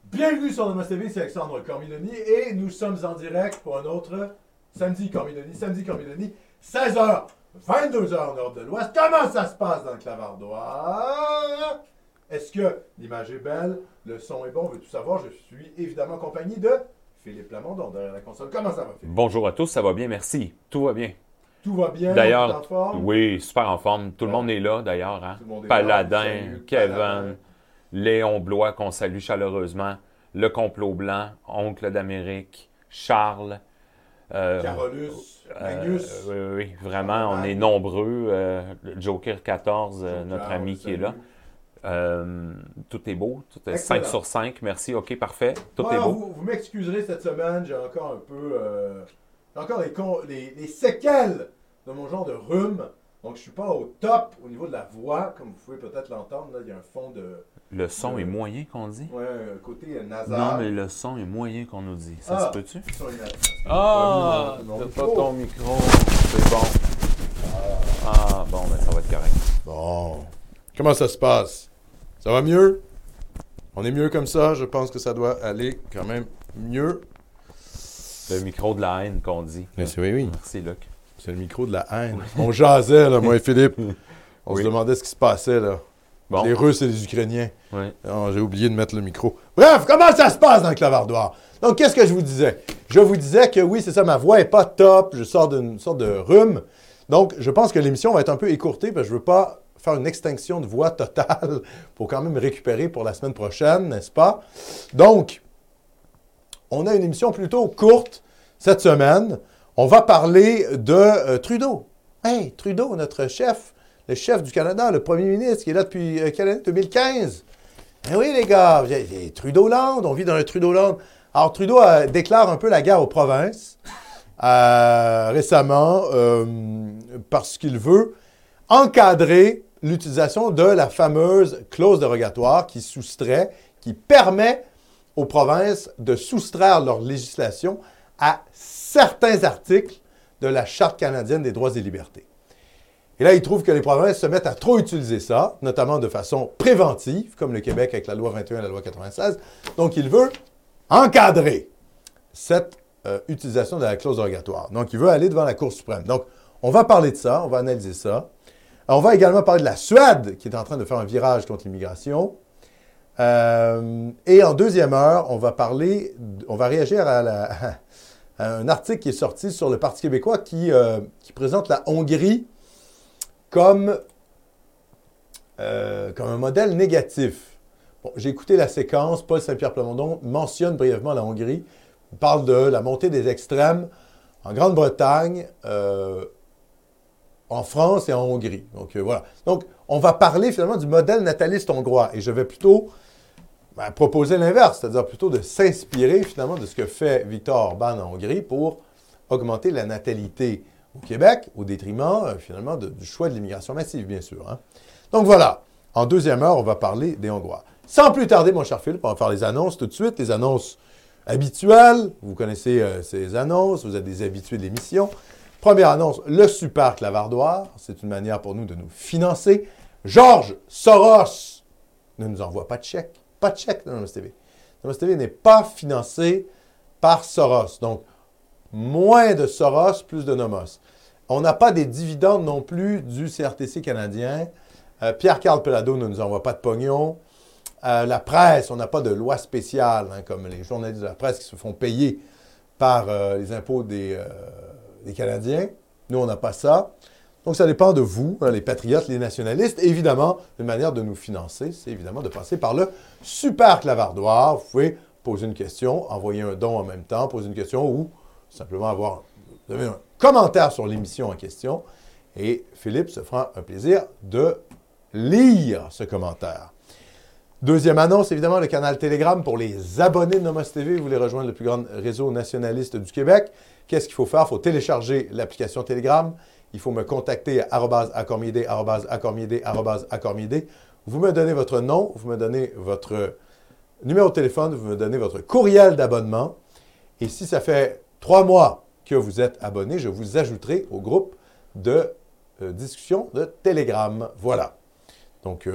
Bienvenue sur Nomos TV, c'est Alexandre Cormiloni et nous sommes en direct pour un autre Samedi Cormiloni, 16h, 22h en Europe de l'Ouest. Comment ça se passe dans le Clavardois? Est-ce que l'image est belle, le son est bon, on veut tout savoir. Je suis évidemment en compagnie de Philippe Plamondon derrière la console. Comment ça va, Philippe? Bonjour à tous, ça va bien, merci. Tout va bien. Tout va bien? D'ailleurs, en forme? oui, super en forme. Tout le monde est là, d'ailleurs. Hein? Tout le monde est là. Paladin, Salut, Kevin, Paladin. Léon Blois, qu'on salue chaleureusement, Le Complot Blanc, Oncle d'Amérique, Charles. Carolus, Magnus. Oui, vraiment, on Magne. est nombreux. Le Joker 14, notre Joker, ami on qui est le là. Tout est beau, tout est 5 Excellent. sur 5, merci, ok, parfait, tout est Voilà, beau. vous m'excuserez cette semaine, j'ai encore un peu. J'ai encore les séquelles de mon genre de rhume. Donc, je suis pas au top au niveau de la voix, comme vous pouvez peut-être l'entendre. Là, il y a un fond de. Le son est moyen qu'on dit? Ouais, un côté nasal. Non, mais le son est moyen qu'on nous dit. Ça se peut-tu? Le son est nasal. Ah, Mon t'as micro. pas ton micro. C'est bon. Ah, bon, ben ça va être correct. Bon. Comment ça se passe? Ça va mieux? On est mieux comme ça. Je pense que ça doit aller quand même mieux. Le micro de la haine qu'on dit. Mais c'est oui. Merci, Luc. C'est le micro de la haine. On jasait, là, moi et Philippe. On Oui. se demandait ce qui se passait, là. Bon. Les Russes et les Ukrainiens. Oui. Non, j'ai oublié de mettre le micro. Bref, comment ça se passe dans le Clavardoir? Donc, qu'est-ce que je vous disais? Je vous disais que oui, c'est ça, ma voix n'est pas top. Je sors d'une sorte de rhume. Donc, je pense que l'émission va être un peu écourtée parce que je ne veux pas faire une extinction de voix totale pour quand même récupérer pour la semaine prochaine, n'est-ce pas? Donc, on a une émission plutôt courte cette semaine. On va parler de Trudeau. Hey, Trudeau, notre chef, le chef du Canada, le premier ministre qui est là depuis quelle année? 2015. Eh oui, les gars, Trudeau-Land, on vit dans un Trudeau-Land. Alors, Trudeau déclare un peu la guerre aux provinces récemment parce qu'il veut encadrer l'utilisation de la fameuse clause dérogatoire qui permet aux provinces de soustraire leur législation à certains articles de la Charte canadienne des droits et libertés. Et là, il trouve que les provinces se mettent à trop utiliser ça, notamment de façon préventive, comme le Québec avec la loi 21 et la loi 96. Donc, il veut encadrer cette utilisation de la clause dérogatoire. Donc, il veut aller devant la Cour suprême. Donc, on va parler de ça, on va analyser ça. On va également parler de la Suède, qui est en train de faire un virage contre l'immigration. Et en deuxième heure, on va réagir à un article qui est sorti sur le Parti québécois qui présente la Hongrie comme un modèle négatif. Bon, j'ai écouté la séquence. Paul Saint-Pierre Plamondon mentionne brièvement la Hongrie. Il parle de la montée des extrêmes en Grande-Bretagne, en France et en Hongrie. Donc, voilà. Donc, on va parler finalement du modèle nataliste hongrois. Et je vais plutôt proposer l'inverse, c'est-à-dire plutôt de s'inspirer finalement de ce que fait Viktor Orban en Hongrie pour augmenter la natalité au Québec, au détriment finalement du choix de l'immigration massive, bien sûr. Hein. Donc voilà, en deuxième heure, on va parler des Hongrois. Sans plus tarder, mon cher Philippe, on va faire les annonces tout de suite, les annonces habituelles. Vous connaissez ces annonces, vous êtes des habitués de l'émission. Première annonce, le super clavardoir. C'est une manière pour nous de nous financer. Georges Soros ne nous envoie pas de chèque. Pas de chèque dans Nomos TV. Nomos TV n'est pas financé par Soros. Donc, moins de Soros, plus de Nomos. On n'a pas des dividendes non plus du CRTC canadien. Pierre-Carl Pelado ne nous envoie pas de pognon. La presse, on n'a pas de loi spéciale, hein, comme les journalistes de la presse qui se font payer par les impôts des Canadiens. Nous, on n'a pas ça. Donc, ça dépend de vous, hein, les patriotes, les nationalistes. Et évidemment, une manière de nous financer, c'est évidemment de passer par le super clavardoir. Vous pouvez poser une question, envoyer un don en même temps, poser une question ou simplement vous avez un commentaire sur l'émission en question. Et Philippe se fera un plaisir de lire ce commentaire. Deuxième annonce, évidemment, le canal Telegram pour les abonnés de Nomos TV. Vous voulez rejoindre le plus grand réseau nationaliste du Québec. Qu'est-ce qu'il faut faire? Il faut télécharger l'application Telegram. Il faut me contacter à @accormier, @accormier. Vous me donnez votre nom, vous me donnez votre numéro de téléphone, vous me donnez votre courriel d'abonnement. Et si ça fait 3 mois que vous êtes abonné, je vous ajouterai au groupe de discussion de Telegram. Voilà. Donc,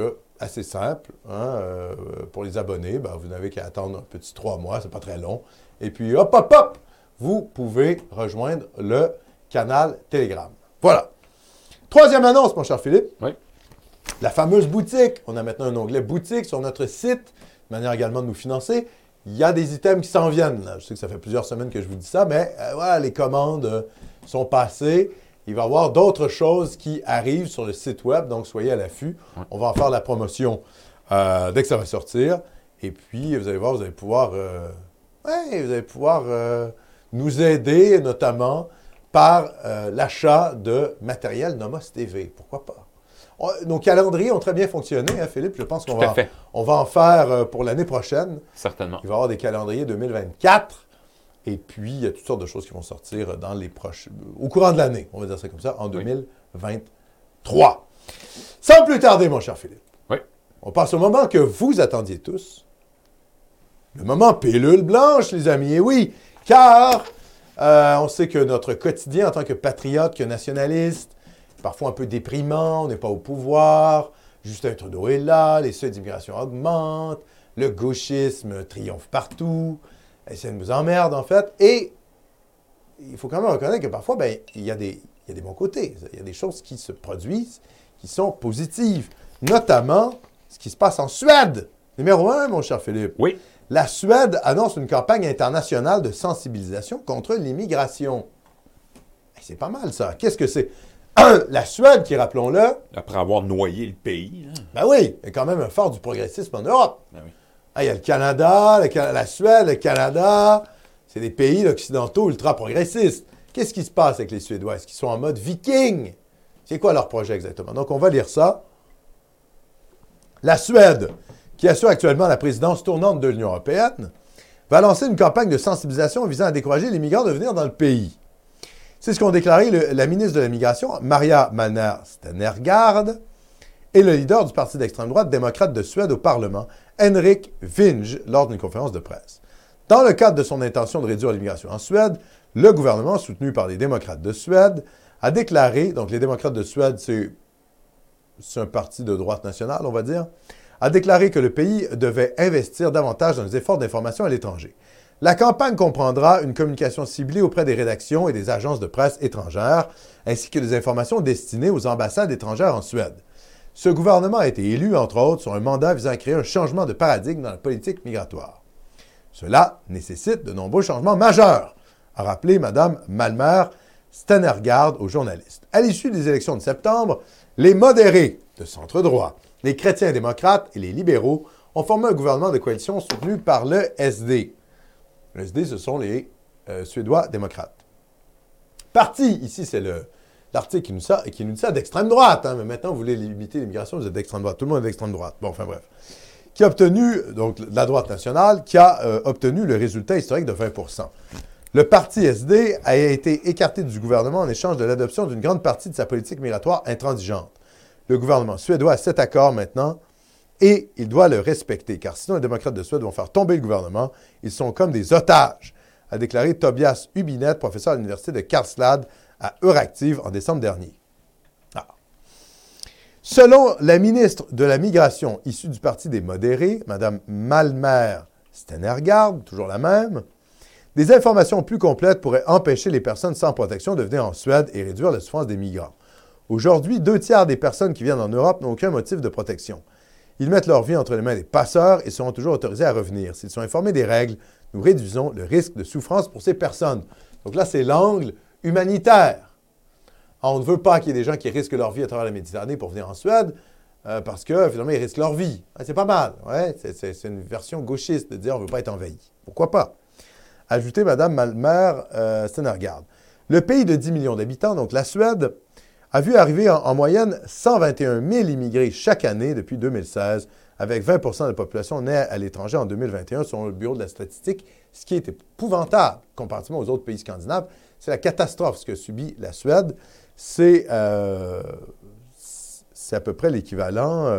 assez simple. Hein, pour les abonnés, ben, vous n'avez qu'à attendre un petit 3 mois, c'est pas très long. Et puis, hop, hop, hop, vous pouvez rejoindre le canal Telegram. Voilà. Troisième annonce, mon cher Philippe. Oui. La fameuse boutique. On a maintenant un onglet boutique sur notre site, de manière également de nous financer. Il y a des items qui s'en viennent. Là. Je sais que ça fait plusieurs semaines que je vous dis ça, mais voilà, les commandes sont passées. Il va y avoir d'autres choses qui arrivent sur le site web, donc soyez à l'affût. Ouais. On va en faire la promotion dès que ça va sortir. Et puis, vous allez voir, vous allez pouvoir nous aider, notamment par l'achat de matériel Nomos TV. Pourquoi pas? Nos calendriers ont très bien fonctionné, hein, Philippe. Je pense qu'on va en faire pour l'année prochaine. Certainement. Il va y avoir des calendriers 2024. Et puis, il y a toutes sortes de choses qui vont sortir dans les au courant de l'année, on va dire ça comme ça, en 2023. Sans plus tarder, mon cher Philippe. Oui. On passe au moment que vous attendiez tous. Le moment pilule blanche, les amis. Et oui, car on sait que notre quotidien en tant que patriote, que nationaliste, parfois un peu déprimant, on n'est pas au pouvoir, Justin Trudeau est là, les seuils d'immigration augmentent, le gauchisme triomphe partout, ça nous emmerde en fait, et il faut quand même reconnaître que parfois, il y a des bons côtés, il y a des choses qui se produisent, qui sont positives, notamment ce qui se passe en Suède. Numéro 1, mon cher Philippe. Oui. La Suède annonce une campagne internationale de sensibilisation contre l'immigration. C'est pas mal, ça. Qu'est-ce que c'est? La Suède, qui, rappelons-le... Après avoir noyé le pays. Hein? Ben oui, il y a quand même un fort du progressisme en Europe. Ben oui. Il y a le Canada, la Suède, le Canada. C'est des pays occidentaux ultra-progressistes. Qu'est-ce qui se passe avec les Suédois? Est-ce qu'ils sont en mode viking? C'est quoi leur projet exactement? Donc, on va lire ça. La Suède, qui assure actuellement la présidence tournante de l'Union européenne, va lancer une campagne de sensibilisation visant à décourager les migrants de venir dans le pays. C'est ce qu'ont déclaré la ministre de la Migration, Maria Malmer Stenergard, et le leader du parti d'extrême droite démocrate de Suède au Parlement, Henrik Vinge, lors d'une conférence de presse. Dans le cadre de son intention de réduire l'immigration en Suède, le gouvernement, soutenu par les démocrates de Suède, a déclaré, donc les démocrates de Suède, c'est un parti de droite nationale, on va dire, a déclaré que le pays devait investir davantage dans les efforts d'information à l'étranger. La campagne comprendra une communication ciblée auprès des rédactions et des agences de presse étrangères, ainsi que des informations destinées aux ambassades étrangères en Suède. Ce gouvernement a été élu, entre autres, sur un mandat visant à créer un changement de paradigme dans la politique migratoire. Cela nécessite de nombreux changements majeurs, a rappelé Mme Malmer Stenergard aux journalistes. À l'issue des élections de septembre, les modérés de centre-droit, les chrétiens démocrates et les libéraux ont formé un gouvernement de coalition soutenu par le SD. Le SD, ce sont les Suédois démocrates. Parti, ici, c'est l'article qui nous dit ça d'extrême droite, hein, mais maintenant, vous voulez limiter l'immigration, vous êtes d'extrême droite. Tout le monde est d'extrême droite. Bon, enfin bref. Qui a obtenu, donc la droite nationale, qui a obtenu le résultat historique de 20%. Le parti SD a été écarté du gouvernement en échange de l'adoption d'une grande partie de sa politique migratoire intransigeante. Le gouvernement suédois a cet accord maintenant et il doit le respecter, car sinon les démocrates de Suède vont faire tomber le gouvernement. Ils sont comme des otages, a déclaré Tobias Hübinette, professeur à l'université de Karlstad à Euractiv en décembre dernier. Ah. Selon la ministre de la Migration issue du Parti des modérés, Mme Malmer Stenergard, toujours la même, des informations plus complètes pourraient empêcher les personnes sans protection de venir en Suède et réduire la souffrance des migrants. Aujourd'hui, 2/3 des personnes qui viennent en Europe n'ont aucun motif de protection. Ils mettent leur vie entre les mains des passeurs et seront toujours autorisés à revenir. S'ils sont informés des règles, nous réduisons le risque de souffrance pour ces personnes. Donc là, c'est l'angle humanitaire. On ne veut pas qu'il y ait des gens qui risquent leur vie à travers la Méditerranée pour venir en Suède parce que, finalement, ils risquent leur vie. C'est pas mal. Ouais, c'est une version gauchiste de dire on ne veut pas être envahi. Pourquoi pas? Ajouté Mme Malmer Stenergard. Le pays de 10 millions d'habitants, donc la Suède, a vu arriver en moyenne 121 000 immigrés chaque année depuis 2016, avec 20 % de la population née à l'étranger en 2021, selon le Bureau de la statistique, ce qui est épouvantable comparativement aux autres pays scandinaves. C'est la catastrophe ce que subit la Suède. C'est à peu près l'équivalent.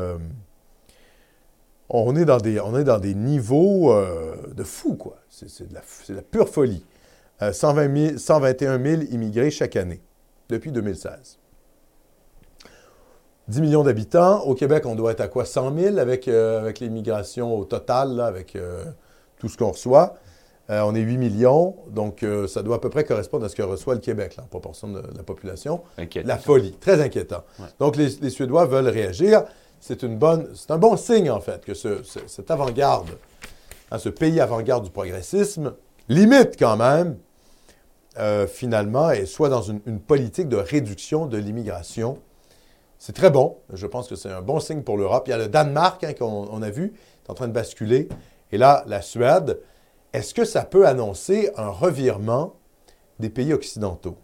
On est dans des niveaux de fou, quoi. C'est de la pure folie. 121 000 immigrés chaque année, depuis 2016. 10 millions d'habitants. Au Québec, on doit être à quoi? 100 000 avec l'immigration au total, là, avec tout ce qu'on reçoit. On est 8 millions, donc ça doit à peu près correspondre à ce que reçoit le Québec, là, en proportion de la population. Inquiétant. La folie, très inquiétant. Ouais. Donc, les Suédois veulent réagir. C'est un bon signe, en fait, que cette avant-garde, hein, ce pays avant-garde du progressisme, limite quand même, finalement, et soit dans une politique de réduction de l'immigration. C'est très bon. Je pense que c'est un bon signe pour l'Europe. Il y a le Danemark, hein, qu'on a vu, est en train de basculer. Et là, la Suède. Est-ce que ça peut annoncer un revirement des pays occidentaux?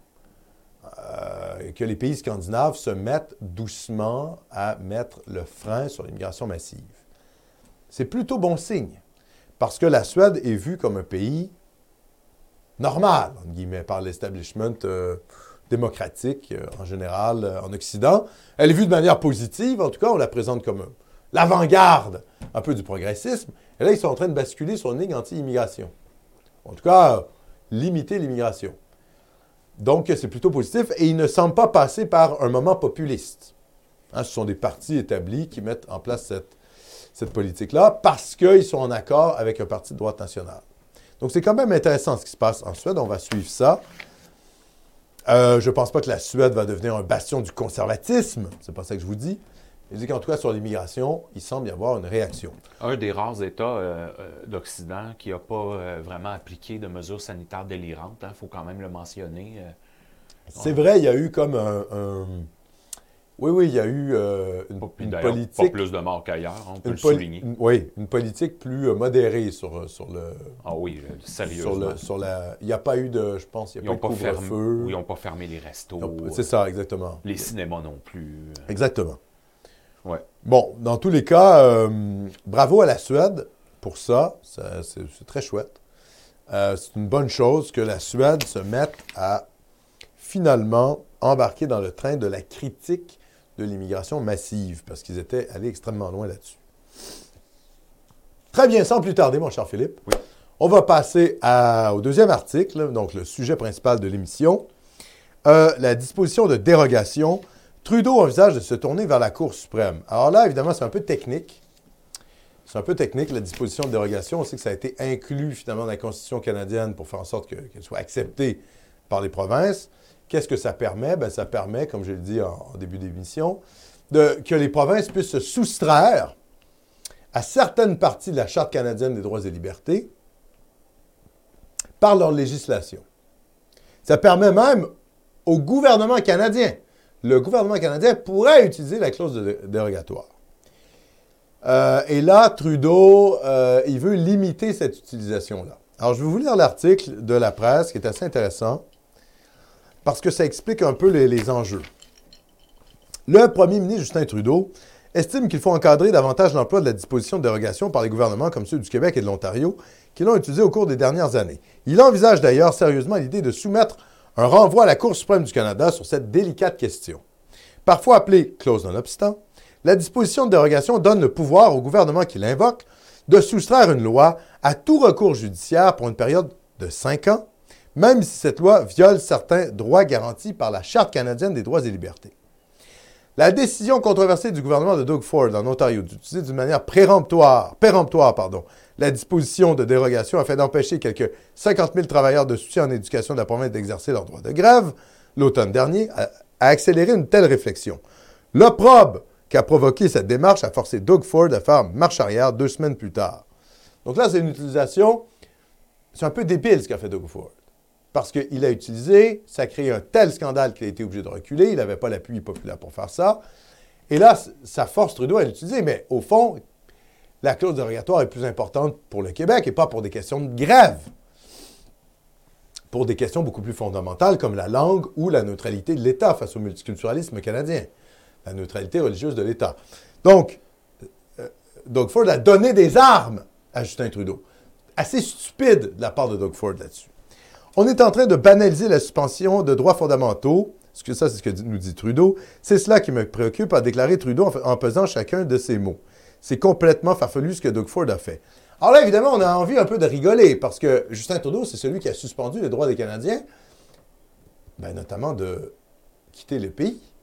Que les pays scandinaves se mettent doucement à mettre le frein sur l'immigration massive. C'est plutôt bon signe, parce que la Suède est vue comme un pays normal, entre guillemets, par l'establishment démocratique en général en Occident. Elle est vue de manière positive, en tout cas, on la présente comme l'avant-garde un peu du progressisme. Et là, ils sont en train de basculer sur une ligne anti-immigration. En tout cas, limiter l'immigration. Donc, c'est plutôt positif. Et ils ne semblent pas passer par un moment populiste. Hein, ce sont des partis établis qui mettent en place cette politique-là parce qu'ils sont en accord avec un parti de droite nationale. Donc, c'est quand même intéressant ce qui se passe en Suède. On va suivre ça. Je ne pense pas que la Suède va devenir un bastion du conservatisme. C'est pas ça que je vous dis. Je dis qu'en tout cas, sur l'immigration, il semble y avoir une réaction. Un des rares États d'Occident qui n'a pas vraiment appliqué de mesures sanitaires délirantes. Il faut quand même le mentionner. C'est vrai, il y a eu comme Oui, il y a eu une politique... Pas plus de morts qu'ailleurs, on peut le souligner. Oui, une politique plus modérée sur le... Ah oui, sérieusement. Il n'y a pas eu de... Je pense, il n'y a pas eu de couvre-feu. Ils n'ont pas fermé les restos. C'est ça, exactement. Les cinémas non plus. Exactement. Ouais. Bon, dans tous les cas, bravo à la Suède pour ça. C'est très chouette. C'est une bonne chose que la Suède se mette à finalement embarquer dans le train de la critique de l'immigration massive, parce qu'ils étaient allés extrêmement loin là-dessus. Très bien, sans plus tarder, mon cher Philippe, oui. On va passer au deuxième article, donc le sujet principal de l'émission, la disposition de dérogation. Trudeau envisage de se tourner vers la Cour suprême. Alors là, évidemment, c'est un peu technique. C'est un peu technique, la disposition de dérogation. On sait que ça a été inclus, finalement, dans la Constitution canadienne pour faire en sorte qu'elle soit acceptée par les provinces. Qu'est-ce que ça permet? Bien, ça permet, comme je l'ai dit en début d'émission, que les provinces puissent se soustraire à certaines parties de la Charte canadienne des droits et libertés par leur législation. Ça permet même au gouvernement canadien. Le gouvernement canadien pourrait utiliser la clause dérogatoire. Et là, Trudeau, il veut limiter cette utilisation-là. Alors, je vais vous lire l'article de la presse qui est assez intéressant parce que ça explique un peu les enjeux. Le premier ministre Justin Trudeau estime qu'il faut encadrer davantage l'emploi de la disposition de dérogation par les gouvernements comme ceux du Québec et de l'Ontario qui l'ont utilisé au cours des dernières années. Il envisage d'ailleurs sérieusement l'idée de soumettre un renvoi à la Cour suprême du Canada sur cette délicate question. Parfois appelée clause non-obstant, la disposition de dérogation donne le pouvoir au gouvernement qui l'invoque de soustraire une loi à tout recours judiciaire pour une période de 5 ans, même si cette loi viole certains droits garantis par la Charte canadienne des droits et libertés. La décision controversée du gouvernement de Doug Ford en Ontario d'utiliser d'une manière péremptoire, la disposition de dérogation afin d'empêcher quelques 50 000 travailleurs de soutien en éducation de la province d'exercer leur droit de grève, l'automne dernier, a accéléré une telle réflexion. L'opprobre qu'a provoqué cette démarche a forcé Doug Ford à faire marche arrière 2 semaines plus tard. Donc là, c'est une utilisation, c'est un peu débile ce qu'a fait Doug Ford. Parce qu'il a utilisé, ça a créé un tel scandale qu'il a été obligé de reculer, il n'avait pas l'appui populaire pour faire ça. Et là, ça force Trudeau à l'utiliser, mais au fond, la clause dérogatoire est plus importante pour le Québec et pas pour des questions de grève. Pour des questions beaucoup plus fondamentales comme la langue ou la neutralité de l'État face au multiculturalisme canadien. La neutralité religieuse de l'État. Donc, Doug Ford a donné des armes à Justin Trudeau. Assez stupide de la part de Doug Ford là-dessus. On est en train de banaliser la suspension de droits fondamentaux. C'est ce que nous dit Trudeau. C'est cela qui me préoccupe, a déclaré Trudeau en pesant chacun de ses mots. C'est complètement farfelu ce que Doug Ford a fait. Alors là, évidemment, on a envie un peu de rigoler parce que Justin Trudeau, c'est celui qui a suspendu les droits des Canadiens, notamment de quitter le pays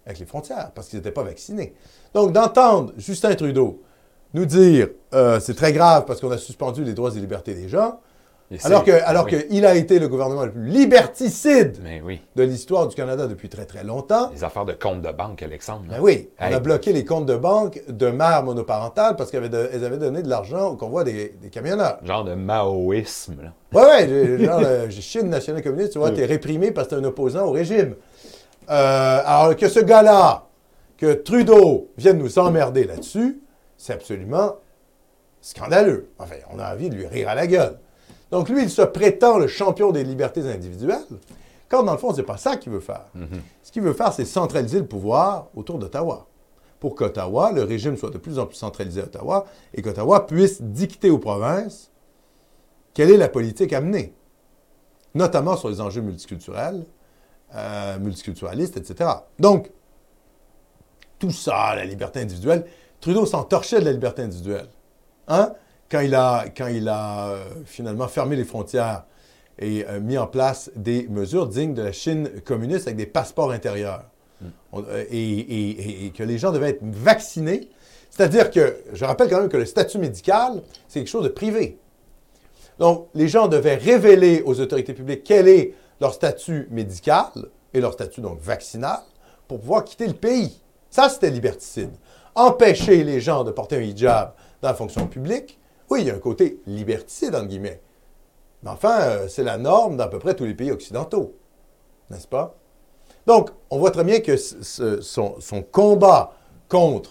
avec les frontières, parce qu'ils n'étaient pas vaccinés. Donc, d'entendre Justin Trudeau nous dire c'est très grave parce qu'on a suspendu les droits et libertés des gens, alors qu'il a été le gouvernement le plus liberticide de l'histoire du Canada depuis très, très longtemps. Les affaires de comptes de banque, Alexandre. Ben oui, on a bloqué les comptes de banque de mères monoparentales parce qu'elles avaient donné de l'argent au convoi des camionneurs. Genre de maoïsme, là. Ouais, Chine nationale communiste, tu vois, t'es réprimé parce que t'es un opposant au régime. Alors que ce gars-là, que Trudeau vienne nous emmerder là-dessus, c'est absolument scandaleux. Enfin, on a envie de lui rire à la gueule. Donc, lui, il se prétend le champion des libertés individuelles, quand, dans le fond, c'est pas ça qu'il veut faire. Mm-hmm. Ce qu'il veut faire, c'est centraliser le pouvoir autour d'Ottawa. Pour qu'Ottawa, le régime soit de plus en plus centralisé à Ottawa, et qu'Ottawa puisse dicter aux provinces quelle est la politique à mener, notamment sur les enjeux multiculturels, multiculturalistes, etc. Donc, tout ça, la liberté individuelle, Trudeau s'entorchait de la liberté individuelle. Hein? Quand il a finalement fermé les frontières et mis en place des mesures dignes de la Chine communiste avec des passeports intérieurs. Et que les gens devaient être vaccinés. C'est-à-dire que, je rappelle quand même que le statut médical, c'est quelque chose de privé. Donc, les gens devaient révéler aux autorités publiques quel est leur statut médical et leur statut donc vaccinal pour pouvoir quitter le pays. Ça, c'était liberticide. Empêcher les gens de porter un hijab dans la fonction publique, oui, il y a un côté liberticide, entre guillemets. Mais enfin, c'est la norme dans à peu près tous les pays occidentaux. N'est-ce pas? Donc, on voit très bien que son combat contre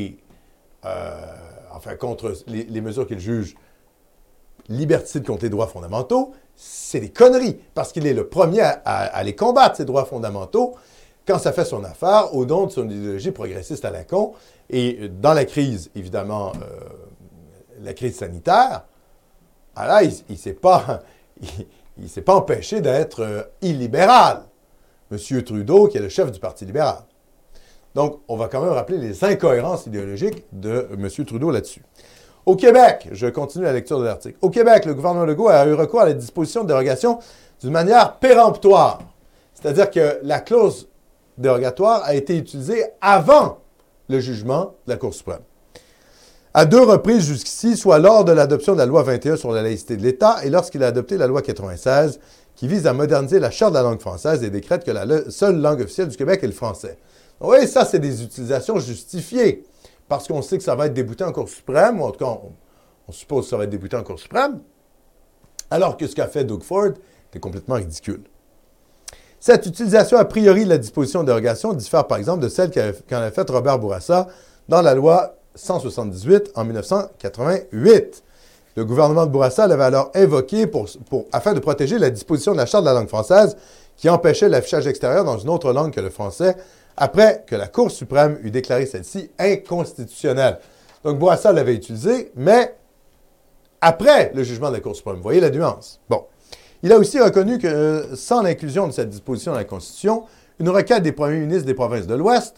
contre les mesures qu'il juge liberticides contre les droits fondamentaux, c'est des conneries, parce qu'il est le premier à les combattre, ces droits fondamentaux, quand ça fait son affaire, au nom de son idéologie progressiste à la con. Et dans la crise, évidemment, la crise sanitaire, alors il ne s'est pas empêché d'être illibéral. M. Trudeau, qui est le chef du Parti libéral. Donc, on va quand même rappeler les incohérences idéologiques de M. Trudeau là-dessus. Au Québec, je continue la lecture de l'article. Au Québec, le gouvernement Legault a eu recours à la disposition de dérogation d'une manière péremptoire. C'est-à-dire que la clause dérogatoire a été utilisée avant le jugement de la Cour suprême. À 2 reprises jusqu'ici, soit lors de l'adoption de la loi 21 sur la laïcité de l'État et lorsqu'il a adopté la loi 96 qui vise à moderniser la Charte de la langue française et décrète que la seule langue officielle du Québec est le français. Donc, oui, ça, c'est des utilisations justifiées parce qu'on sait que ça va être débouté en Cour suprême, ou en tout cas, on suppose que ça va être débouté en Cour suprême, alors que ce qu'a fait Doug Ford est complètement ridicule. Cette utilisation a priori de la disposition de dérogation diffère par exemple de celle qu'en a faite Robert Bourassa dans la loi 178 en 1988. Le gouvernement de Bourassa l'avait alors invoqué afin de protéger la disposition de la Charte de la langue française qui empêchait l'affichage extérieur dans une autre langue que le français après que la Cour suprême eut déclaré celle-ci inconstitutionnelle. Donc Bourassa l'avait utilisé, mais après le jugement de la Cour suprême. Vous voyez la nuance? Bon. Il a aussi reconnu que sans l'inclusion de cette disposition dans la Constitution, une requête des premiers ministres des provinces de l'Ouest,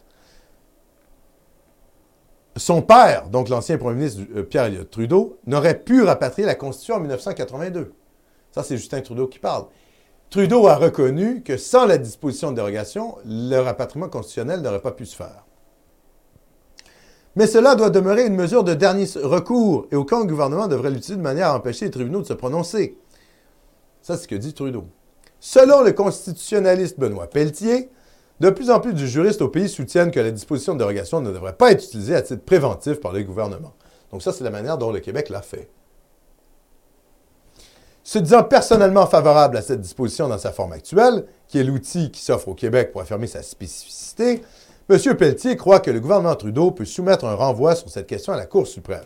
son père, donc l'ancien premier ministre Pierre Elliott Trudeau, n'aurait pu rapatrier la Constitution en 1982. Ça, c'est Justin Trudeau qui parle. Trudeau a reconnu que sans la disposition de dérogation, le rapatriement constitutionnel n'aurait pas pu se faire. Mais cela doit demeurer une mesure de dernier recours et aucun gouvernement devrait l'utiliser de manière à empêcher les tribunaux de se prononcer. Ça, c'est ce que dit Trudeau. Selon le constitutionnaliste Benoît Pelletier, de plus en plus de juristes au pays soutiennent que la disposition de dérogation ne devrait pas être utilisée à titre préventif par les gouvernements. Donc ça, c'est la manière dont le Québec l'a fait. Se disant personnellement favorable à cette disposition dans sa forme actuelle, qui est l'outil qui s'offre au Québec pour affirmer sa spécificité, M. Pelletier croit que le gouvernement Trudeau peut soumettre un renvoi sur cette question à la Cour suprême.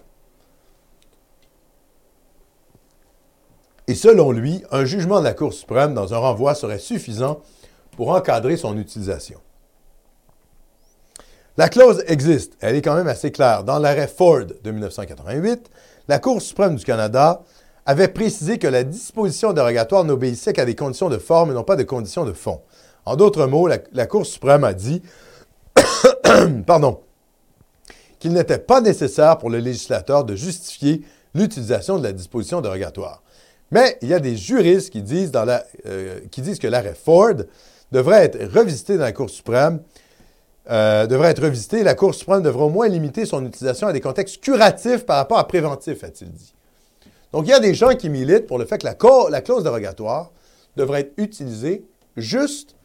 Et selon lui, un jugement de la Cour suprême dans un renvoi serait suffisant pour encadrer son utilisation. La clause existe, elle est quand même assez claire. Dans l'arrêt Ford de 1988, la Cour suprême du Canada avait précisé que la disposition dérogatoire n'obéissait qu'à des conditions de forme et non pas de conditions de fond. En d'autres mots, la Cour suprême a dit qu'il n'était pas nécessaire pour le législateur de justifier l'utilisation de la disposition dérogatoire. Mais il y a des juristes qui disent que l'arrêt Ford devrait être revisité dans la Cour suprême devrait être revisitée. La Cour suprême devrait au moins limiter son utilisation à des contextes curatifs par rapport à préventifs, a-t-il dit. Donc, il y a des gens qui militent pour le fait que la clause dérogatoire devrait être utilisée juste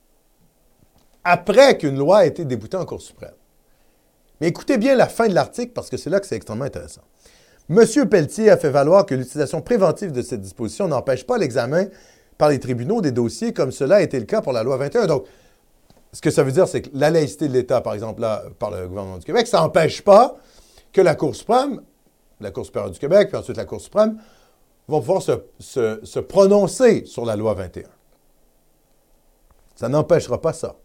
après qu'une loi a été déboutée en Cour suprême. Mais écoutez bien la fin de l'article parce que c'est là que c'est extrêmement intéressant. M. Pelletier a fait valoir que l'utilisation préventive de cette disposition n'empêche pas l'examen par les tribunaux des dossiers comme cela a été le cas pour la loi 21. Donc, ce que ça veut dire, c'est que la laïcité de l'État, par exemple, là, par le gouvernement du Québec, ça n'empêche pas que la Cour suprême, la Cour supérieure du Québec, puis ensuite la Cour suprême, vont pouvoir se prononcer sur la loi 21. Ça n'empêchera pas ça.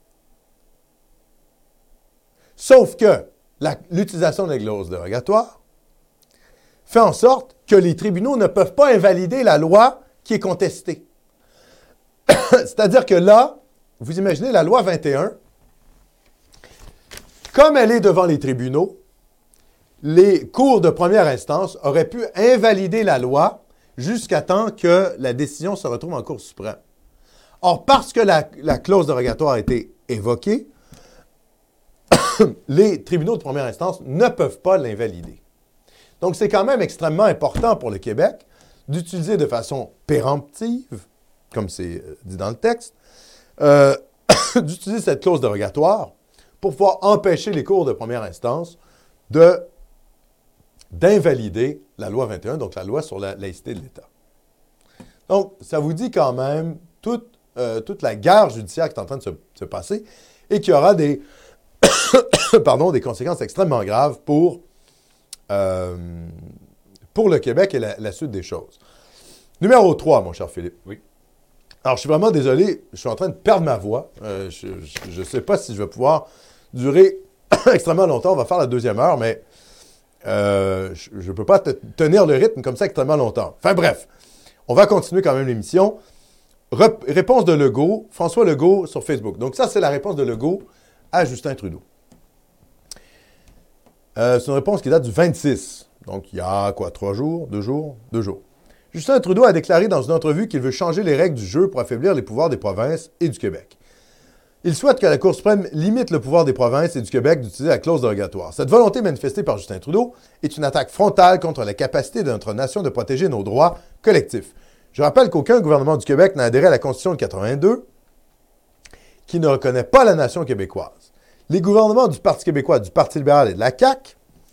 Sauf que l'utilisation de la clause dérogatoire fait en sorte que les tribunaux ne peuvent pas invalider la loi qui est contestée. C'est-à-dire que là, vous imaginez la loi 21, comme elle est devant les tribunaux, les cours de première instance auraient pu invalider la loi jusqu'à temps que la décision se retrouve en Cour suprême. Or, parce que la clause dérogatoire a été évoquée, les tribunaux de première instance ne peuvent pas l'invalider. Donc, c'est quand même extrêmement important pour le Québec d'utiliser de façon péremptive, comme c'est dit dans le texte, d'utiliser cette clause dérogatoire pour pouvoir empêcher les cours de première instance d'invalider la loi 21, donc la loi sur la laïcité de l'État. Donc, ça vous dit quand même toute la guerre judiciaire qui est en train de se passer et qui aura des conséquences extrêmement graves pour le Québec et la suite des choses. Numéro 3, mon cher Philippe. Oui. Alors, je suis vraiment désolé, je suis en train de perdre ma voix. Je ne sais pas si je vais pouvoir durer extrêmement longtemps. On va faire la deuxième heure, mais je ne peux pas tenir le rythme comme ça extrêmement longtemps. Enfin bref, on va continuer quand même l'émission. Réponse de Legault, François Legault sur Facebook. Donc ça, c'est la réponse de Legault à Justin Trudeau. C'est une réponse qui date du 26. Donc, il y a quoi, 3 jours, 2 jours? 2 jours. Justin Trudeau a déclaré dans une entrevue qu'il veut changer les règles du jeu pour affaiblir les pouvoirs des provinces et du Québec. Il souhaite que la Cour suprême limite le pouvoir des provinces et du Québec d'utiliser la clause dérogatoire. Cette volonté manifestée par Justin Trudeau est une attaque frontale contre la capacité de notre nation de protéger nos droits collectifs. Je rappelle qu'aucun gouvernement du Québec n'a adhéré à la Constitution de 82 qui ne reconnaît pas la nation québécoise. Les gouvernements du Parti québécois, du Parti libéral et de la CAQ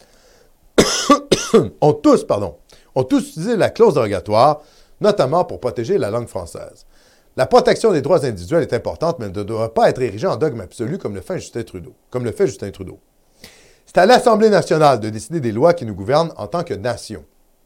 ont tous utilisé la clause dérogatoire, notamment pour protéger la langue française. La protection des droits individuels est importante, mais ne doit pas être érigée en dogme absolu comme le fait Justin Trudeau. C'est à l'Assemblée nationale de décider des lois qui nous gouvernent en tant que nation.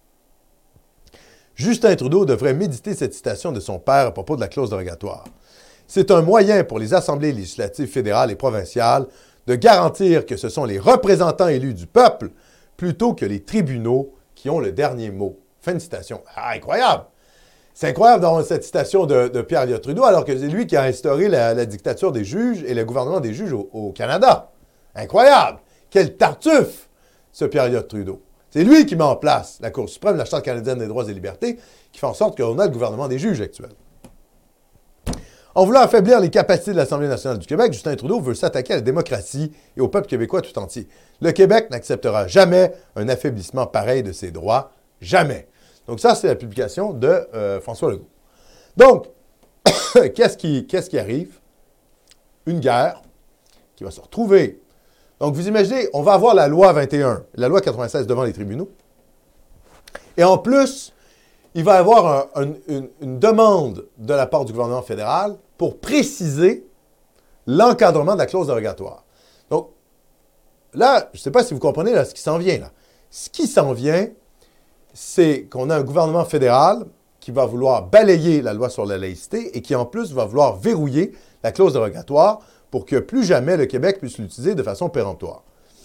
Justin Trudeau devrait méditer cette citation de son père à propos de la clause dérogatoire. C'est un moyen pour les assemblées législatives fédérales et provinciales de garantir que ce sont les représentants élus du peuple plutôt que les tribunaux qui ont le dernier mot. Fin de citation. Ah, incroyable! C'est incroyable d'avoir cette citation de Pierre-Éliott Trudeau alors que c'est lui qui a instauré la dictature des juges et le gouvernement des juges au Canada. Incroyable! Quel tartuffe, ce Pierre-Éliott Trudeau. C'est lui qui met en place la Cour suprême, la Charte canadienne des droits et libertés, qui fait en sorte qu'on a le gouvernement des juges actuel. En voulant affaiblir les capacités de l'Assemblée nationale du Québec, Justin Trudeau veut s'attaquer à la démocratie et au peuple québécois tout entier. Le Québec n'acceptera jamais un affaiblissement pareil de ses droits. Jamais. Donc ça, c'est la publication de François Legault. Donc, qu'est-ce qui arrive? Une guerre qui va se retrouver. Donc, vous imaginez, on va avoir la loi 21, la loi 96 devant les tribunaux. Et en plus, il va y avoir une demande de la part du gouvernement fédéral pour préciser l'encadrement de la clause dérogatoire. Donc, là, je ne sais pas si vous comprenez là, ce qui s'en vient. Là. Ce qui s'en vient, c'est qu'on a un gouvernement fédéral qui va vouloir balayer la loi sur la laïcité et qui, en plus, va vouloir verrouiller la clause dérogatoire pour que plus jamais le Québec puisse l'utiliser de façon péremptoire.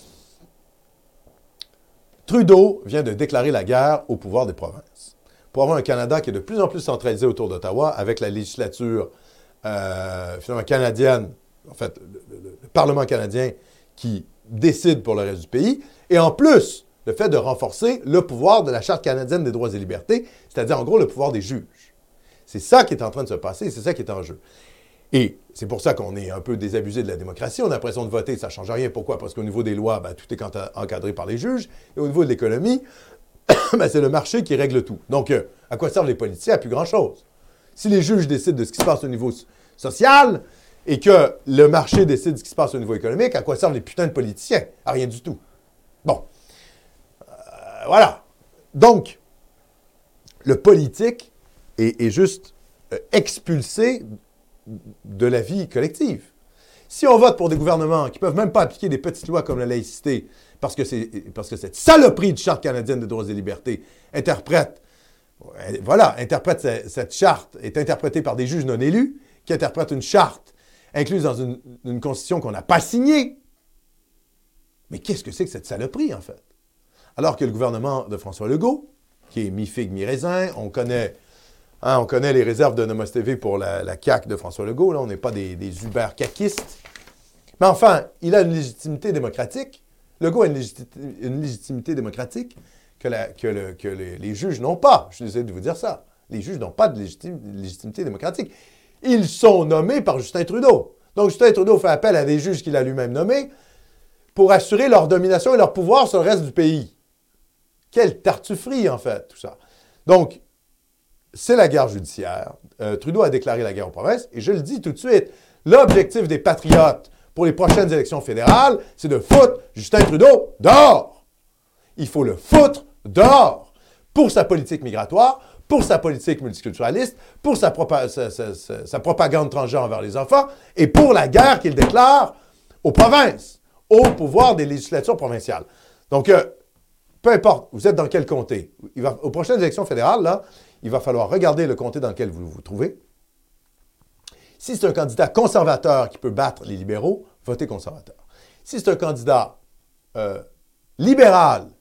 Trudeau vient de déclarer la guerre au pouvoir des provinces. Pour avoir un Canada qui est de plus en plus centralisé autour d'Ottawa, avec la législature finalement canadienne, en fait, le Parlement canadien qui décide pour le reste du pays, et en plus, le fait de renforcer le pouvoir de la Charte canadienne des droits et libertés, c'est-à-dire en gros le pouvoir des juges. C'est ça qui est en train de se passer, c'est ça qui est en jeu. Et c'est pour ça qu'on est un peu désabusé de la démocratie. On a l'impression de voter, ça ne change rien. Pourquoi? Parce qu'au niveau des lois, tout est encadré par les juges. Et au niveau de l'économie, c'est le marché qui règle tout. Donc, à quoi servent les politiciens? À plus grand-chose. Si les juges décident de ce qui se passe au niveau social et que le marché décide de ce qui se passe au niveau économique, à quoi servent les putains de politiciens? À rien du tout. Bon. Voilà. Donc, le politique est juste expulsé de la vie collective. Si on vote pour des gouvernements qui ne peuvent même pas appliquer des petites lois comme la laïcité, parce que cette saloperie de Charte canadienne des droits et libertés interprète cette charte, est interprétée par des juges non élus, qui interprètent une charte incluse dans une constitution qu'on n'a pas signée. Mais qu'est-ce que c'est que cette saloperie, en fait? Alors que le gouvernement de François Legault, qui est mi-figue, mi-raisin, on connaît les réserves de Nomos TV pour la CAQ de François Legault, là, on n'est pas des uber-caquistes. Mais enfin, il a une légitimité démocratique. Legault a une légitimité démocratique que les juges n'ont pas. Je suis désolé de vous dire ça. Les juges n'ont pas de légitimité démocratique. Ils sont nommés par Justin Trudeau. Donc, Justin Trudeau fait appel à des juges qu'il a lui-même nommés pour assurer leur domination et leur pouvoir sur le reste du pays. Quelle tartufferie, en fait, tout ça. Donc, c'est la guerre judiciaire. Trudeau a déclaré la guerre aux provinces, et je le dis tout de suite, l'objectif des patriotes pour les prochaines élections fédérales, c'est de foutre Justin Trudeau dehors. Il faut le foutre dehors pour sa politique migratoire, pour sa politique multiculturaliste, pour sa propagande transgenre envers les enfants, et pour la guerre qu'il déclare aux provinces, au pouvoir des législatures provinciales. Donc, peu importe, vous êtes dans quel comté. Aux prochaines élections fédérales, là, il va falloir regarder le comté dans lequel vous vous trouvez. Si c'est un candidat conservateur qui peut battre les libéraux, votez conservateur. Si c'est un candidat libéral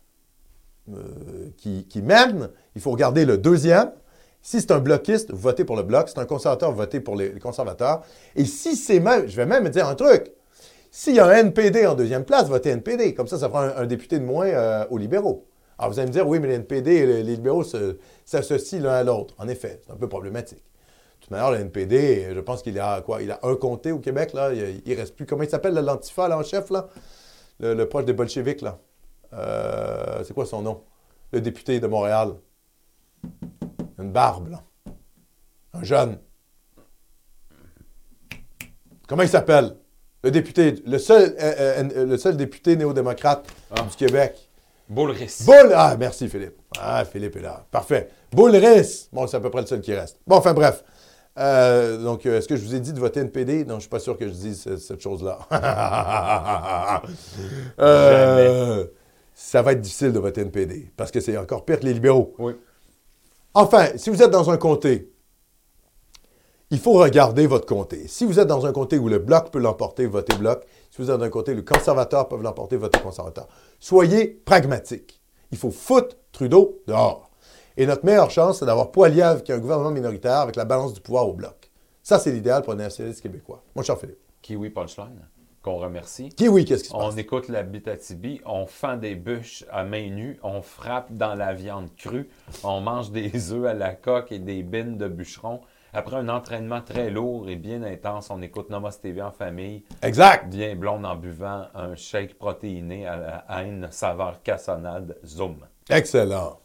qui mène, il faut regarder le deuxième. Si c'est un bloquiste, votez pour le bloc. Si c'est un conservateur, votez pour les conservateurs. Et si c'est même, je vais même dire un truc, s'il y a un NPD en deuxième place, votez NPD. Comme ça prend un député de moins aux libéraux. Alors, vous allez me dire, oui, mais les NPD et les libéraux s'associent l'un à l'autre. En effet, c'est un peu problématique. De toute manière, le NPD, je pense qu'il a quoi? Il a un comté au Québec, là. Il ne reste plus. Comment il s'appelle, l'Antifa, là, en chef, là? Le proche des bolcheviks, là. C'est quoi son nom? Le député de Montréal. Une barbe, là. Un jeune. Comment il s'appelle? Le député, le seul député néo-démocrate du Québec. Boulris. Ah, merci Philippe. Ah, Philippe est là. Parfait. Boulris. Bon, c'est à peu près le seul qui reste. Bon, enfin bref. Donc, est-ce que je vous ai dit de voter NPD? Non, je ne suis pas sûr que je dise cette chose-là. Ça va être difficile de voter NPD, parce que c'est encore pire que les libéraux. Oui. Enfin, si vous êtes dans un comté, il faut regarder votre comté. Si vous êtes dans un comté où le Bloc peut l'emporter, votez Bloc. Si vous êtes dans un comté où les conservateurs peuvent l'emporter, votez conservateur. Soyez pragmatiques. Il faut foutre Trudeau dehors. Et notre meilleure chance, c'est d'avoir Poilievre, qui est un gouvernement minoritaire, avec la balance du pouvoir au Bloc. Ça, c'est l'idéal pour les nationalistes québécois. Mon cher Philippe. Kiwi Punchline, qu'on remercie. Kiwi, qu'est-ce qui se passe? On écoute la Bitibi, on fend des bûches à main nue, on frappe dans la viande crue, on mange des œufs à la coque et des bines de bûcherons. Après un entraînement très lourd et bien intense, on écoute Nomos TV en famille. Exact. Bien blonde en buvant un shake protéiné à la haine saveur cassonade Zoom. Excellent.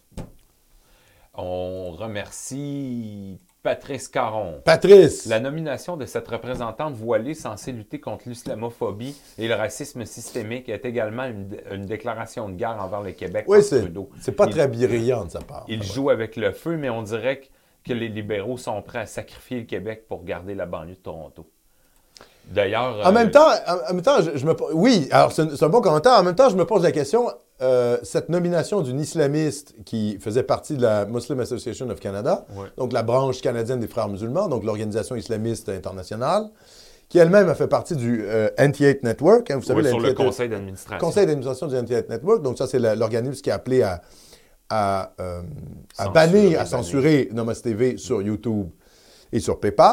On remercie Patrice Caron. Patrice. La nomination de cette représentante voilée censée lutter contre l'islamophobie et le racisme systémique est également une déclaration de guerre envers le Québec Oui, par Trudeau. C'est pas très brillant de sa part. Il joue avec le feu, mais on dirait que les libéraux sont prêts à sacrifier le Québec pour garder la banlieue de Toronto. D'ailleurs... En même temps, oui, alors c'est un bon commentaire. En même temps, je me pose la question, cette nomination d'une islamiste qui faisait partie de la Muslim Association of Canada, donc la branche canadienne des Frères musulmans, donc l'organisation islamiste internationale, qui elle-même a fait partie du Anti-Hate Network. Hein, vous savez, sur le conseil d'administration. Conseil d'administration du Anti-Hate Network. Donc ça, c'est l'organisme qui a appelé à bannir, à censurer Nomos TV sur YouTube et sur PayPal.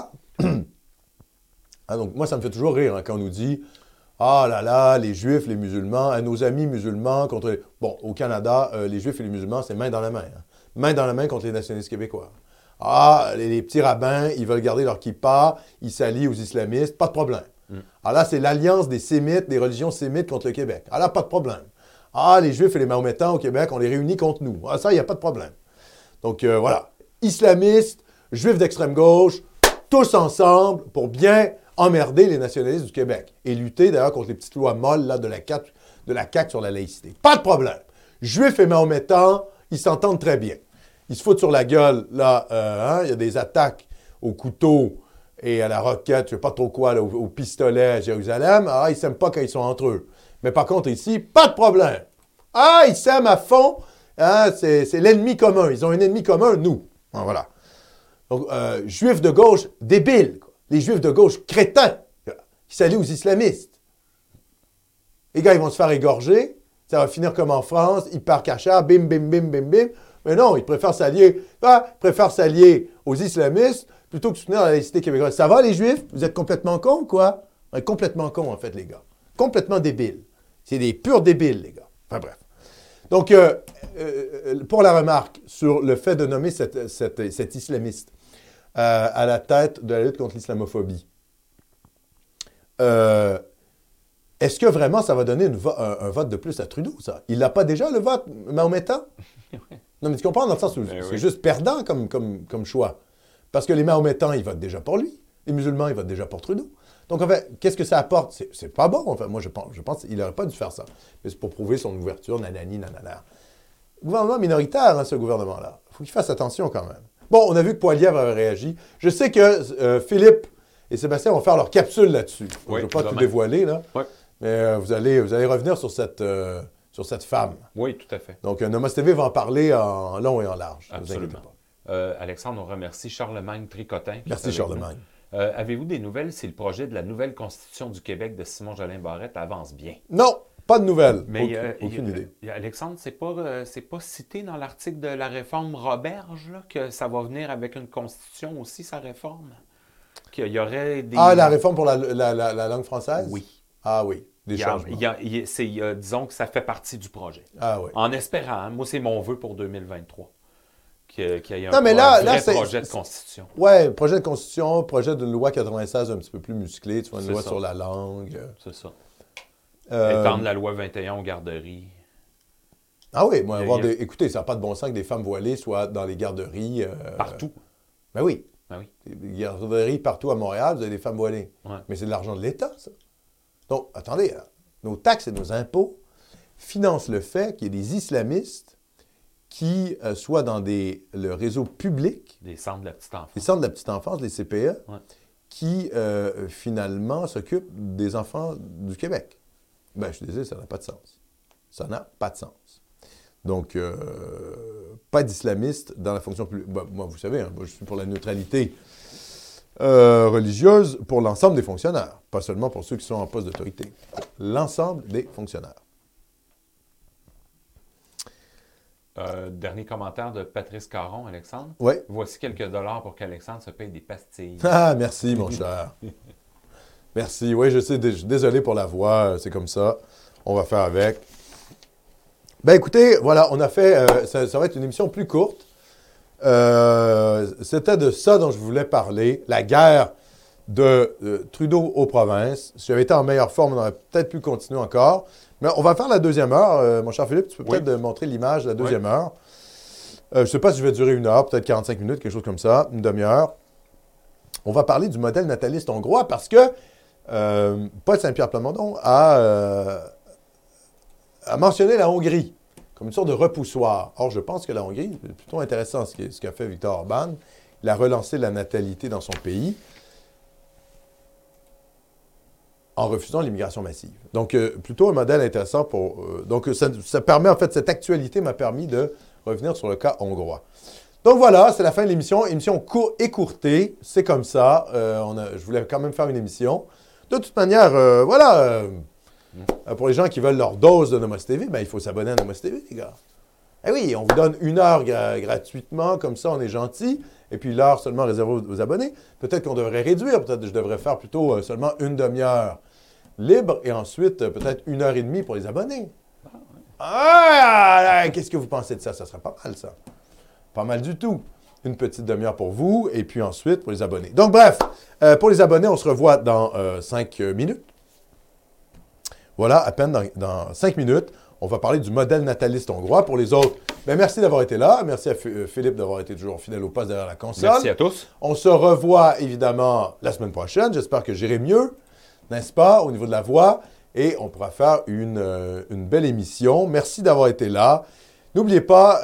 Donc moi, ça me fait toujours rire quand on nous dit « Ah là là, les Juifs, les musulmans, nos amis musulmans contre les... » Bon, au Canada, les Juifs et les musulmans, c'est main dans la main. Hein. Main dans la main contre les nationalistes québécois. Ah, les petits rabbins, ils veulent garder leur kippa, ils s'allient aux islamistes, pas de problème. Alors là, c'est l'alliance des sémites, des religions sémites contre le Québec. Alors là, pas de problème. Ah, les Juifs et les Mahométans au Québec, on les réunit contre nous. Ah, ça, il n'y a pas de problème. Donc, voilà. Islamistes, Juifs d'extrême gauche, tous ensemble pour bien emmerder les nationalistes du Québec et lutter d'ailleurs contre les petites lois molles là, de la CAQ sur la laïcité. Pas de problème. Juifs et Mahométans, ils s'entendent très bien. Ils se foutent sur la gueule, là, il y a des attaques au couteau et à la roquette, je ne sais pas trop quoi, là, au pistolet à Jérusalem. Ah, ils ne s'aiment pas quand ils sont entre eux. Mais par contre, ici, pas de problème. Ah, ils s'aiment à fond. Hein, c'est l'ennemi commun. Ils ont un ennemi commun, nous. Ah, voilà. Donc, Juifs de gauche, débiles. Quoi. Les Juifs de gauche, crétins, qui s'allient aux islamistes. Les gars, ils vont se faire égorger. Ça va finir comme en France, hyper cachard, bim, bim, bim, bim, bim. Mais non, ils préfèrent s'allier aux islamistes plutôt que soutenir la laïcité québécoise. Ça va, les Juifs? Vous êtes complètement cons, quoi? Complètement cons, en fait, les gars. Complètement débiles. C'est des purs débiles, les gars. Enfin, bref. Donc, pour la remarque sur le fait de nommer cet islamiste à la tête de la lutte contre l'islamophobie, est-ce que vraiment ça va donner un vote de plus à Trudeau, ça? Il n'a pas déjà, le vote mahométan? Non, mais tu comprends dans le sens où c'est juste perdant comme choix. Parce que les Mahométans, ils votent déjà pour lui. Les musulmans, ils votent déjà pour Trudeau. Donc, en fait, qu'est-ce que ça apporte? C'est pas bon, en fait. Moi, je pense qu'il n'aurait pas dû faire ça. Mais c'est pour prouver son ouverture, nanani, nanana. Gouvernement minoritaire, hein, ce gouvernement-là. Il faut qu'il fasse attention quand même. Bon, on a vu que Poilievre avait réagi. Je sais que Philippe et Sébastien vont faire leur capsule là-dessus. Oui, je ne vais pas tout dévoiler, là. Oui. Mais vous allez revenir sur cette femme. Oui, tout à fait. Donc, Nomos TV va en parler en long et en large. Absolument. Ne vous inquiétez pas. Alexandre, on remercie Charlemagne Tricotin. Merci, Charlemagne. Avez-vous des nouvelles si le projet de la nouvelle Constitution du Québec de Simon-Jolin Barrette avance bien? Non, pas de nouvelles. Mais aucune idée. Alexandre, c'est pas cité dans l'article de la réforme Roberge là, que ça va venir avec une Constitution aussi, sa réforme? Qu'il y aurait des... Ah, la réforme pour la langue française? Oui. Ah oui, des changements. Disons que ça fait partie du projet. Ah oui. En espérant, hein, moi c'est mon vœu pour 2023. Qu'il y ait un vrai projet de constitution. Oui, projet de constitution, projet d'une loi 96 un petit peu plus musclé, tu vois, une loi sur la langue. C'est ça. Étendre la loi 21 aux garderies. Ah oui, moi, écoutez, ça n'a pas de bon sens que des femmes voilées soient dans les garderies. Partout. Ben oui. Ben oui. Les garderies partout à Montréal, vous avez des femmes voilées. Ouais. Mais c'est de l'argent de l'État, ça. Donc, attendez, hein, nos taxes et nos impôts financent le fait qu'il y ait des islamistes qui soient dans le réseau public. Des centres de la petite enfance. Les centres de la petite enfance, les CPE, ouais. qui, finalement, s'occupent des enfants du Québec. Ben, je suis désolé, ça n'a pas de sens. Ça n'a pas de sens. Donc, pas d'islamistes dans la fonction publique. Ben, moi, vous savez, hein, moi, je suis pour la neutralité religieuse pour l'ensemble des fonctionnaires, pas seulement pour ceux qui sont en poste d'autorité. L'ensemble des fonctionnaires. Dernier commentaire de Patrice Caron, Alexandre. Oui. Voici quelques dollars pour qu'Alexandre se paye des pastilles. Ah, merci, mon cher. Merci. Oui, je sais, désolé pour la voix, c'est comme ça. On va faire avec. Ben écoutez, voilà, on a fait, ça va être une émission plus courte. C'était de ça dont je voulais parler, la guerre de Trudeau aux provinces. Si j'avais été en meilleure forme, on aurait peut-être pu continuer encore. Mais on va faire la deuxième heure. Mon cher Philippe, tu peux peut-être montrer l'image de la deuxième heure. Je ne sais pas si je vais durer 1 heure, peut-être 45 minutes, quelque chose comme ça, une demi-heure. On va parler du modèle nataliste hongrois parce que Paul Saint-Pierre Plamondon a mentionné la Hongrie comme une sorte de repoussoir. Or, je pense que la Hongrie, c'est plutôt intéressant ce qu'a fait Viktor Orban. Il a relancé la natalité dans son pays en refusant l'immigration massive. Donc, plutôt un modèle intéressant pour... donc, ça permet, en fait, cette actualité m'a permis de revenir sur le cas hongrois. Donc, voilà, c'est la fin de l'émission. Émission écourtée, c'est comme ça. Je voulais quand même faire une émission. De toute manière, voilà... pour les gens qui veulent leur dose de Nomos TV, ben, il faut s'abonner à Nomos TV, les gars. Eh oui, on vous donne 1 heure gratuitement, comme ça, on est gentil. Et puis l'heure seulement réservée aux abonnés. Peut-être qu'on devrait réduire. Peut-être que je devrais faire plutôt seulement une demi-heure libre et ensuite peut-être 1h30 pour les abonnés. Ah, qu'est-ce que vous pensez de ça? Ça serait pas mal, ça. Pas mal du tout. une petite demi-heure pour vous, et puis ensuite pour les abonnés. Donc bref, pour les abonnés, on se revoit dans 5 minutes. Voilà, à peine dans 5 minutes, on va parler du modèle nataliste hongrois. Pour les autres, bien, merci d'avoir été là. Merci à Philippe d'avoir été toujours fidèle au poste derrière la console. Merci à tous. On se revoit évidemment la semaine prochaine. J'espère que j'irai mieux, n'est-ce pas, au niveau de la voix. Et on pourra faire une belle émission. Merci d'avoir été là. N'oubliez pas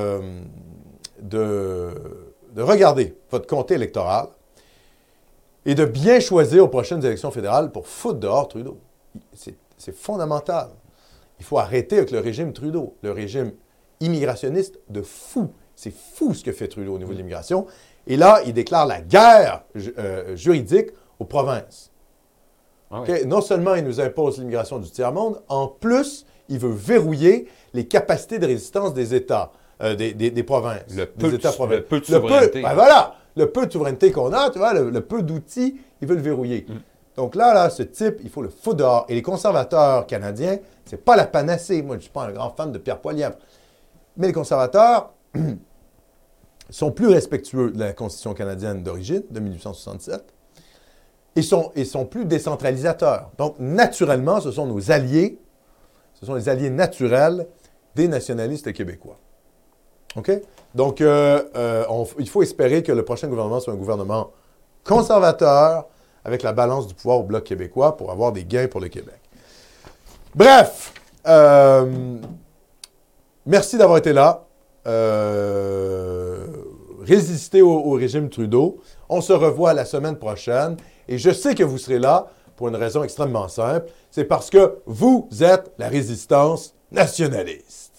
de regarder votre comté électoral et de bien choisir aux prochaines élections fédérales pour foutre dehors Trudeau. C'est fondamental. Il faut arrêter avec le régime Trudeau, le régime immigrationniste de fou. C'est fou ce que fait Trudeau au niveau de l'immigration. Et là, il déclare la guerre juridique aux provinces. Ah oui. Okay? Non seulement il nous impose l'immigration du tiers-monde, en plus, il veut verrouiller les capacités de résistance des États, des provinces. Le peu de souveraineté. Le peu de souveraineté qu'on a, tu vois, le peu d'outils, il veut le verrouiller. Donc là, ce type, il faut le foutre dehors. Et les conservateurs canadiens, c'est pas la panacée. Moi, je ne suis pas un grand fan de Pierre Poilievre. Mais les conservateurs sont plus respectueux de la Constitution canadienne d'origine, de 1867, et sont plus décentralisateurs. Donc, naturellement, ce sont nos alliés, ce sont les alliés naturels des nationalistes québécois. OK? Donc, il faut espérer que le prochain gouvernement soit un gouvernement conservateur, avec la balance du pouvoir au Bloc québécois pour avoir des gains pour le Québec. Bref, merci d'avoir été là. Résistez au régime Trudeau. On se revoit la semaine prochaine. Et je sais que vous serez là pour une raison extrêmement simple. C'est parce que vous êtes la résistance nationaliste.